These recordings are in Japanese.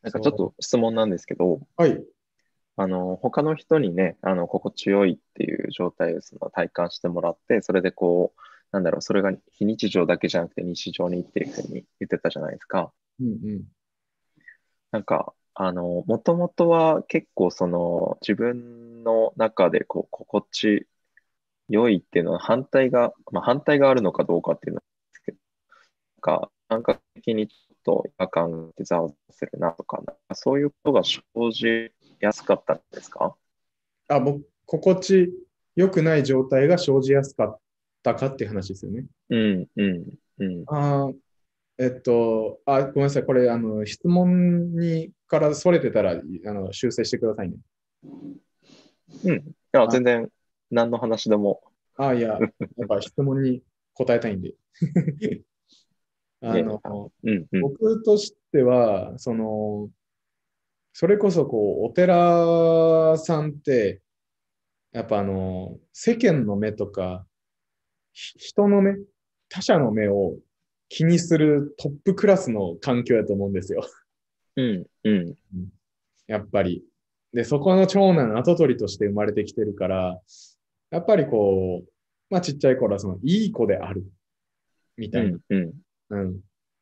なんかちょっと質問なんですけど、 はい。 他の人にね、心地よいっていう状態をその体感してもらって、それでこう、なんだろう、それが非日常だけじゃなくて日常にっていうふうに言ってたじゃないですか。 うんうん。 なんか、もともとは結構その自分の中でこう、心地よいっていうのは反対があるのかどうかっていうのはですけど、感覚的にちょっと違和感があってざわざわするなとか、なんかそういうことが生じやすかったんですか？ 心地よくない状態が生じやすかったかっていう話ですよね。 うん、うん、うん、 あー、ごめんなさい。これ、質問からそれてたら、修正してくださいね。 うん。いや、 あ、 全然、何の話でも。 いや、やっぱ質問に答えたいんで。あの、 うん、うん、 僕としては、それこそ、お寺さんって、やっぱ世間の目とか、人の目、他者の目を気にするトップクラスの環境やと思うんですよ。 うん、うん、 うんやっぱり。で、そこの長男、跡取りとして生まれてきてるから、やっぱりまあちっちゃい頃はいい子である、みたいな。 うん、うん、 うん。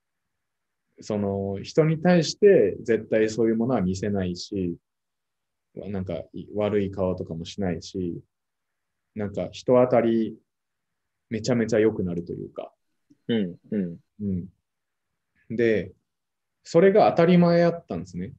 人に対して絶対そういうものは見せないし、なんか悪い顔とかもしないし、なんか人当たりめちゃめちゃ良くなるというか。 うん、うん、 うん。で、それが当たり前やったんですね。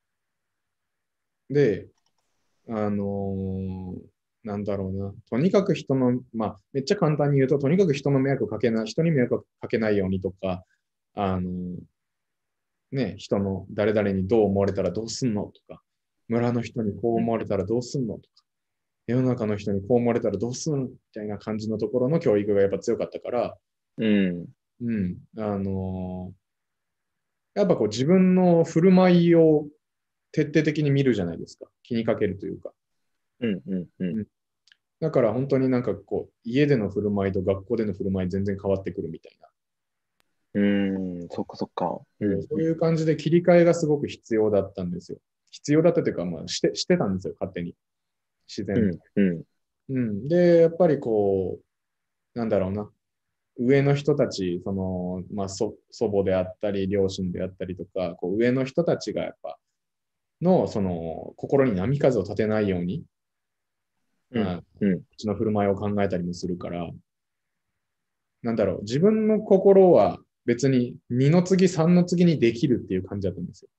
で、あのなんだろうな。とにかくまあ、めっちゃ簡単に言うと、とにかく人の迷惑かけない、人に迷惑かけないようにとか、あの人の誰々にどう思われたらどうすんのとか、村の人にこう思われたらどうすんのとか、世の中の人にこう思われたらどうすんのみたいな感じのところの教育がやっぱ強かったから、 うん、 うん、やっぱ自分の振る舞いを徹底的に見るじゃないですか。気にかけるというか。 うん、うん、うん、 うんだから本当になんか家での振る舞いと学校での振る舞い全然変わってくるみたいな。 うん、そっかそっか。うん、 そういう感じで切り替えがすごく必要だったんですよ。必要だったというか、まあ、してたんですよ、勝手に。自然と。 うん、うん、 うん。で、やっぱりなんだろうな。上の人たち、まあ、祖母であったり、両親であったりとか、上の人たちがやっぱ、心に波風を立てないように、 うん、 ううん、 ちの振る舞いを考えたりもするから、なんだろう、自分の心は別に2の次、3の次にできるっていう感じだったんですよ。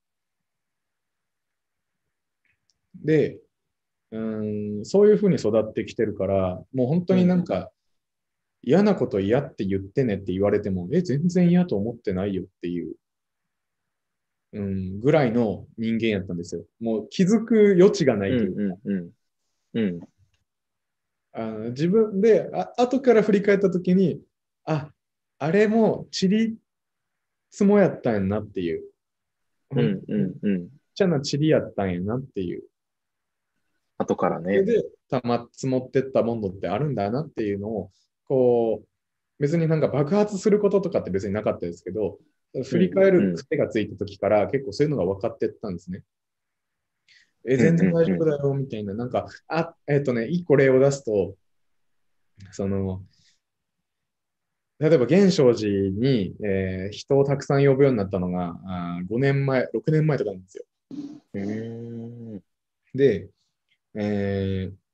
で、そういうふうに育ってきてるから、もう本当うん、 になんか嫌なこと嫌って言ってねって言われても、全然嫌と思ってないよっていう、ぐらいの人間やったんですよ。もう気づく余地がなうん、 いというか、 うん、うん、うん、 自分で、後から振り返った時に、あ、あれもちりつもやったんやなっていう、 うん、う本当にちっん、うん。 ちゃなちりやったんやなっていう、 後からね。 それで積もってったものってあるんだなっていうのを、こう、別になんか爆発することとかって別になかったですけど、振りうん、 返るうん、 癖がついた時から結構そういうのが分かってったんですね。 うん、 全然うん、うん、 大丈夫だよ、みたいな。なんか、一個例を出すと、その、例えば、源証寺に、人をたくさん呼ぶようになったのが、5年前、6年前とかなんですよ。 うーん、 で、えー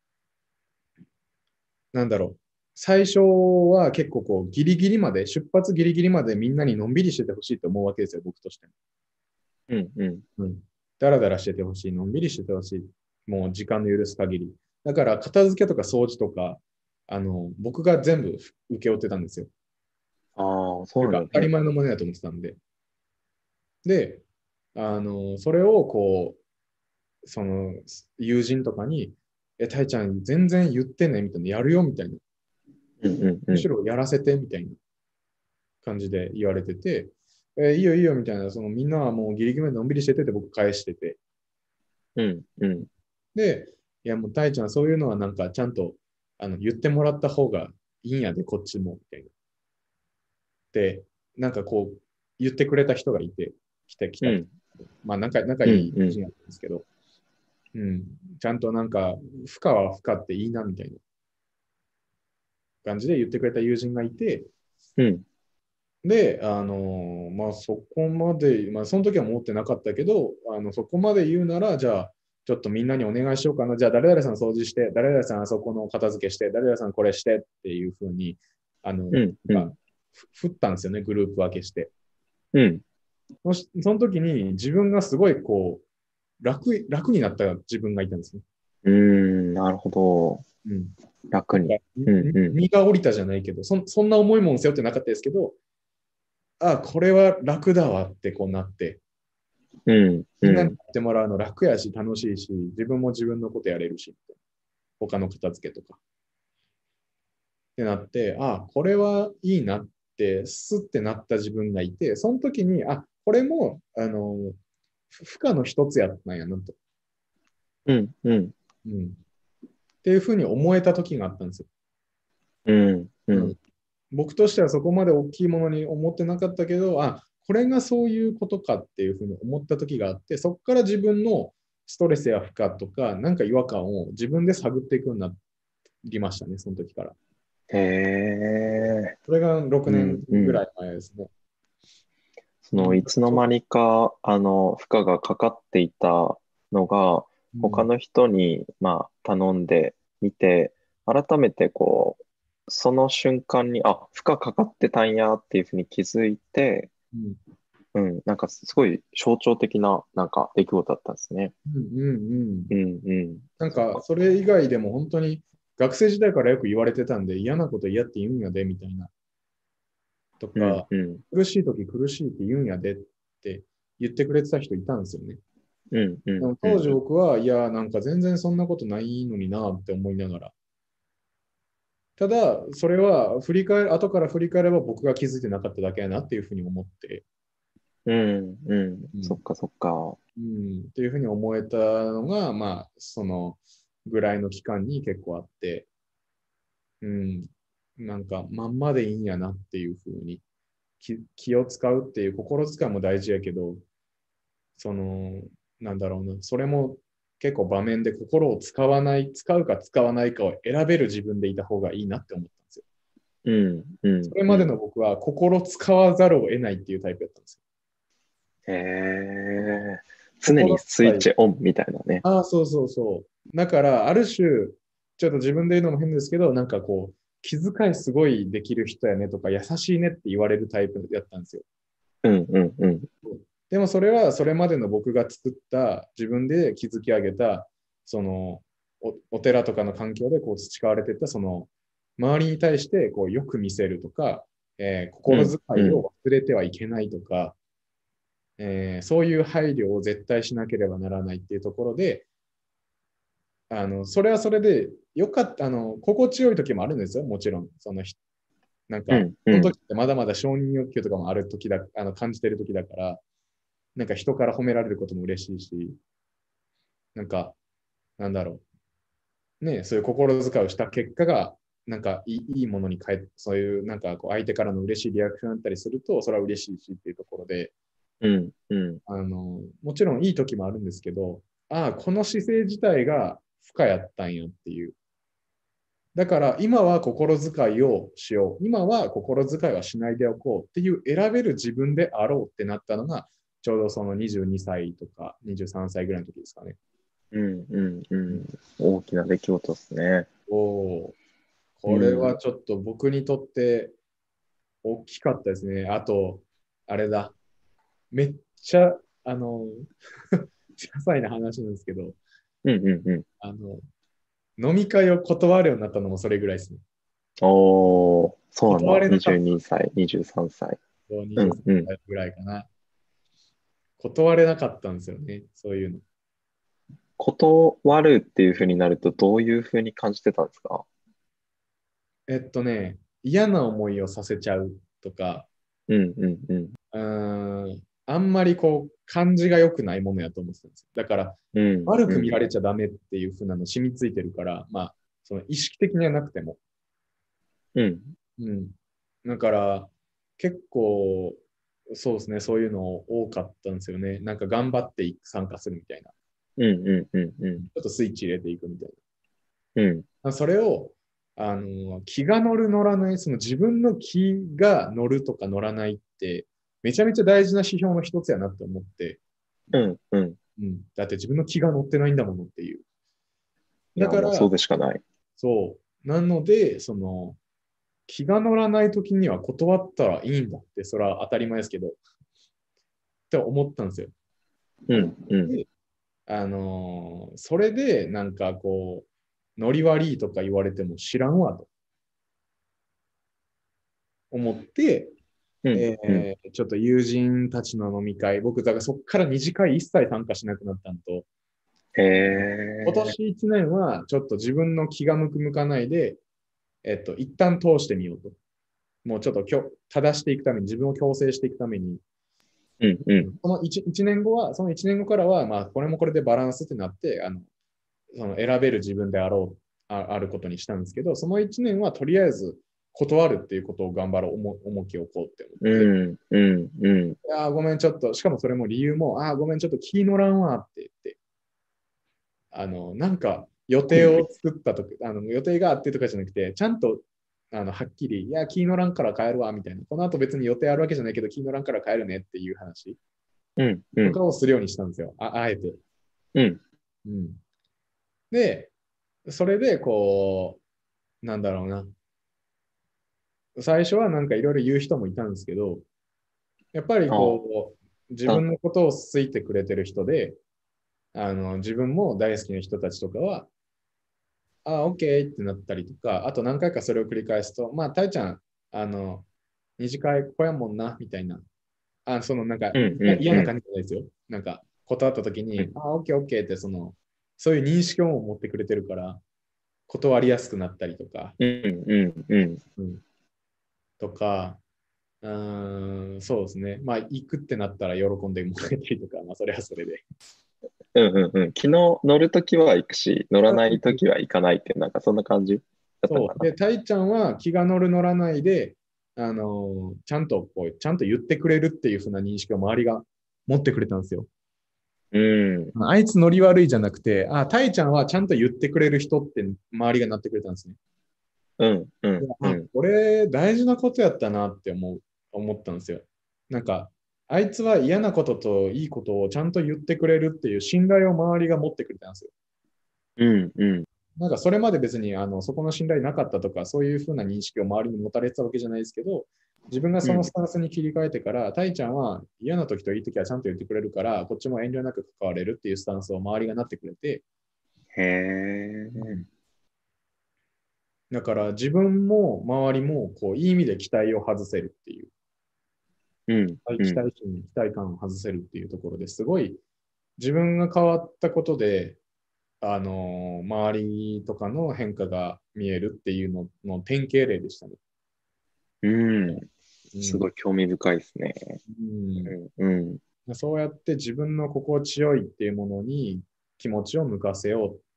なんだろう。最初は結構ギリギリまで、出発ギリギリまでみんなにのんびりしててほしいと思うわけですよ、僕としても。 うん、うん、 うん。だらだらしててほしい、のんびりしててほしい。もう時間の許す限り。だから、片付けとか掃除とか、僕が全部請け負ってたんですよ。 ああ、そというか、当たりうなんだね。 前のものだと思ってたんで。で、それを友人とかに、たいちゃん全然言ってね、みたいな、やるよ、みたいな。 うん、うん、うん、 むしろやらせて、みたいな感じで言われてて、いいよいいよ、みたいな、みんなはもうギリギリまでのんびりしててって僕返してて。 うん、うん、 で、いやもうたいちゃんそういうのはなんかちゃんと言ってもらった方がいいんやで、こっちも、みたいな。で、なんか言ってくれた人がいて、来たうん、 人。 まあ仲うん、 いいうん、 友人なんですけど、うん。ちゃんとなんか、負荷は負荷っていいなみたいな感じで言ってくれた友人がいて、 うん、 で、まあそこまで、まあその時は思ってなかったけど、そこまで言うなら、じゃあ、ちょっとみんなにお願いしようかな。じゃあ、誰々さん掃除して、誰々さんあそこの片付けして、誰々さんこれしてっていうふうに、 うん、うん、 なんか振ったんですよね、グループ分けして。 うん、 その時に自分がすごいこう、楽になった自分がいたんですね。 うーん、なるほど。 うん。 楽に。 なんか、 うん、うん、 身が降りたじゃないけど、そんな重いもん背負ってなかったですけど、あ、これは楽だわってこうなって、 うん、うみんなにやん、 ってもらうの楽やし、楽しいし、自分も自分のことやれるし、他の片付けとか。ってなって、あ、これはいいなって、スッてなった自分がいて、その時に、あ、これも、負荷の一つやったんやなと。 うん、うん、 うん。っていうふうに思えた時があったんですよ。 うん、ううん。 ん、 僕としてはそこまで大きいものに思ってなかったけど、あ、これがそういうことかっていうふうに思った時があって、そこから自分のストレスや負荷とか、なんか違和感を自分で探っていくようになりましたね、その時から。 へえ、 それが6年うん、うん。 ぐらい前ですね。 その、いつの間にか、負荷がかかっていたのが、 うん、 他の人に、まあ、頼んでみて、改めて、こう、その瞬間に、あ、負荷かかってたんやっていうふうに気づいて、 うん、 うん、なんかすごい象徴的な、なんか出来事だったんですね。 うん、うん。うん。 うん、うん。 なんか、 そっか。 それ以外でも本当に学生時代からよく言われてたんで、嫌なこと嫌って言うんやで、みたいな。とうん、 か、 うん、 苦しい時苦しいって言うんやでって言ってくれてた人いたんですよね。 うん、うん、 でも当うん。 時僕は、いや、なんか全然そんなことないのになって思いながら。ただ、それは後から振り返れば僕が気づいてなかっただけやなっていうふうに思って、 うん、うん。 うん、 そっか、そっか。 うん、っていうふうに思えたのが、まあ、そのぐらいの期間に結構あって、うん、なんかまんまでいいんやなっていうふうに気を使うっていう心遣いも大事やけど、その、なんだろうな、それも結構場面で心を使うか使わないかを選べる自分でいた方がいいなって思ったんですよ。 うん、うん、 それまでうん。 の僕は心使わざるを得ないっていうタイプだったんですよ。 へえ。常に心スイッ遣い、 チオンみたいなね。 ああ、そうそうそう。だから、ある種、ちょっと自分で言うのも変ですけど、なんかこう、気遣いすごいできる人やねとか、優しいねって言われるタイプだったんですよ。 うん、うん、うん。 でもそれはそれまでの僕が作った自分で築き上げたそのお寺とかの環境でこう培われていったその周りに対してこうよく見せるとか、心うん、うん。 遣いを忘れてはいけないとか、そういう配慮を絶対しなければならないっていうところで、それはそれでよかった、心地よい時もあるんですよ、もちろん。なんか、 うん、うん。 その時ってまだまだ承認欲求とかもある時だ、感じてる時だから、なんか人から褒められることも嬉しいし、なんか、なんだろう。ね、そういう心遣いをした結果が、なんかいいものに変え、そういうなんかこう相手からの嬉しいリアクションだったりすると、それは嬉しいしっていうところで、 うん、うん。 もちろんいい時もあるんですけど、ああ、この姿勢自体が負荷やったんやっていう。だから今は心遣いをしよう。今は心遣いはしないでおこうっていう選べる自分であろうってなったのが、ちょうどその22歳とか23歳ぐらいの時ですかね。 うん、うん、うん。大きな出来事ですね。 おお、これはうん。 ちょっと僕にとって大きかったですね。あと、あれだ。めっちゃ、些細な話なんですけど、 うん、うん、うん。 あの、飲み会を断るようになったのもそれぐらいですね。 おー、そうなんだ。 断れなか 22 った。 歳、23歳。うん、 23 うん。 歳ぐらいかな。断れなかったんですよね。そういうの。 断るっていうふうになると、どういうふうに感じてたんですか？ 嫌な思いをさせちゃうとか、 うん、うん、うん。 あんまりこう、感じが良くないものやと思ってたんですよ。だから、 うん、 悪く見うん。 られちゃダメっていう風なの染みついてるから、まあ、その意識的にはなくても。 うん、 うん。だから、結構、 そうですね、そういうの多かったんですよね。なんか頑張って参加するみたいな。 うんうんうんうん。 ちょっとスイッチ入れていくみたいうん。 な。それを、気が乗る乗らない、その自分の気が乗るとか乗らないって、めちゃめちゃ大事な指標の一つやなって思って、 うんうん。 うん。だって自分の気が乗ってないんだものっていう。 いや、 だから、 もうそうでしかない。 そう。なので、気が乗らない時には断ったらいいんだって、それは当たり前ですけど、って思ったんですよ。 うんうん。 で、それで、なんかこう、ノリ悪いとか言われても知らんわと思って、 うんうん。 ちょっと友人たちの飲み会、僕、だからそこから二次会一切参加しなくなったのと、 へ今え。 年一年はちょっと自分の気が向かないで、一旦通してみようと。もうちょっと正していくために、自分を強制していくために、 うんうん。 この一年後は、その1年後からは、まあ、これもこれでバランスってなって、その選べる自分であることにしたんですけど、その1年はとりあえず断るっていうことを頑張ろう、重きを置こうって思うって、 んうんうん。 ああ、ごめん、ちょっと、しかもそれも理由も、ああ、ごめん、ちょっと気乗らんわって言って、なんか予定を作ったとき、予定があってとかじゃなくて、ちゃんと、はっきり、いや、気乗らんから帰るわ、みたいな。この後別に予定あるわけじゃないけど、気乗らんから帰るねっていう話うんうんとかをするようにしたんですよ。あえて。 うん。 うん。で、それで、こう、なんだろうな。最初はなんかいろいろ言う人もいたんですけど、やっぱりあこう、自あ。 分のことを好いてくれてる人で、自分も大好きな人たちとかは、あ、オッケーってなったりとか、あと何回かそれを繰り返すと、まあ、たいちゃん、二次会ここやもんな、みたいな。なんか、 うんうんうん。 嫌な感じじゃないですよ。なんか、断った時に、 うんあ、オッケーオッケーって、そういう認識を持ってくれてるから、断りやすくなったりとか、 うんうんうん。 うん、とか、そうですね。まあ、行くってなったら喜んでもらえたりとか、まあ、それはそれで。 うんうんうん。昨日乗るときは行くし、乗らないときは行かないって、なんかそんな感じだったかそう。で、たいちゃんは気が乗る乗らないで、ちゃんと言ってくれるっていう風な認識を周りが持ってくれたんですよ。 な。うん。 あいつノリ悪いじゃなくて、あ、たいちゃんはちゃんと言ってくれる人って周りがなってくれたんですね。 うんうでんうん。 これ大事なことやったなって思ったんですよ。なんか、あいつは嫌なことといいことをちゃんと言ってくれるっていう信頼を周りが持ってくれたんですよ。 うんうん。 なんかそれまで別にそこの信頼なかったとか、そういうふうな認識を周りに持たれてたわけじゃないですけど、自分がそのスタンスに切り替えてから、たいちゃんは嫌な時といい時はちゃんと言ってくれるから、こっちも遠慮なく関われるっていうスタンスを周りがなってくれて、 へえ。 うん、だから自分も周りもこういい意味で期待を外せるっていう、 うんうん。 期待感を外せるっていうところですごい自分が変わったことで、周りとかの変化が見えるっていうのの典型例でしたね。 うん。 うん。 すごい興味深いですね。 うんうんうん。 そうやって自分の心地よいっていうものに気持ちを向かせようって、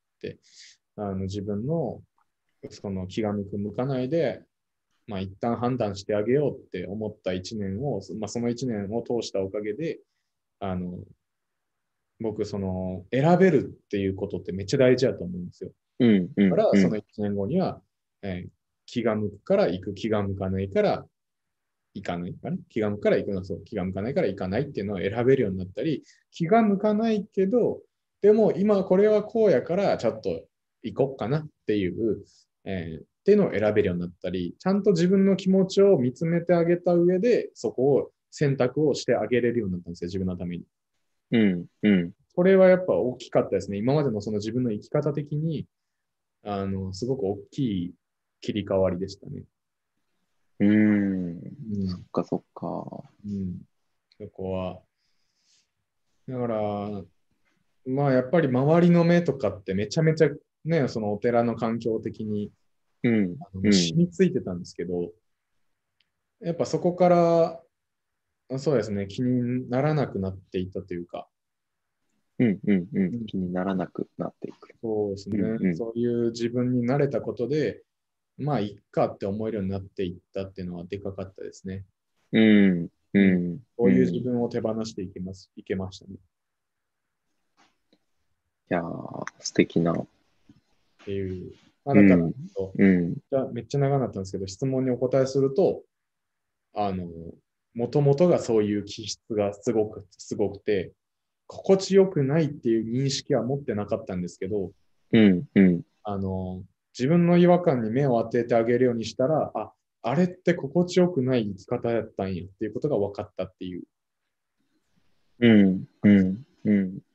自分のその気が向かないで、まあ一旦判断してあげようって思った一年を、まあその一年を通したおかげで、あの、僕、選べるっていうことってめっちゃ大事だと思うんですよ。 うんうだから、 んうん。 その一年後には、気が向くから行く、気が向かないから行かないかな。気が向くから行くの、そう、気が向かないから行かないっていうのを選べるようになったり、気が向かないけど、でも今これはこうやからちょっと行こうかなっていう、っていうのを選べるようになったり、ちゃんと自分の気持ちを見つめてあげた上で、そこを選択をしてあげれるようになったんですよ、自分のために。 うんうん。 これはやっぱ大きかったですね。今までのその自分の生き方的に、すごく大きい切り替わりでしたね。 うん。 うん。 そっかそっか。 うん。そこは。だから、まあやっぱり周りの目とかってめちゃめちゃね、そのお寺の環境的にうんもう染うん。 みついてたんですけど、やっぱそこから、そうですね、気にならなくなっていったというか、 うんうんうん。 うん、 気にならなくなっていく。 そうですね、 うんうん。 そういう自分に慣れたことで、まあ、いっかって思えるようになっていったっていうのはでかかったですね。 うん。 うん。 そういう自分を手放していけましたね。っいやー、素敵な。 ていう。まあ、だから、 うん。うん。 じゃあめっちゃ長かったんですけど、質問にお答えすると、あの、もともとがそういう気質がすごくて、心地よくないっていう認識は持ってなかったんですけど、 うん。うん。 あの、自分の違和感に目を当ててあげるようにしたら、あれって心地よくない生き方やったんやっていうことが分かったっていううん。う感じ。 ん。うん。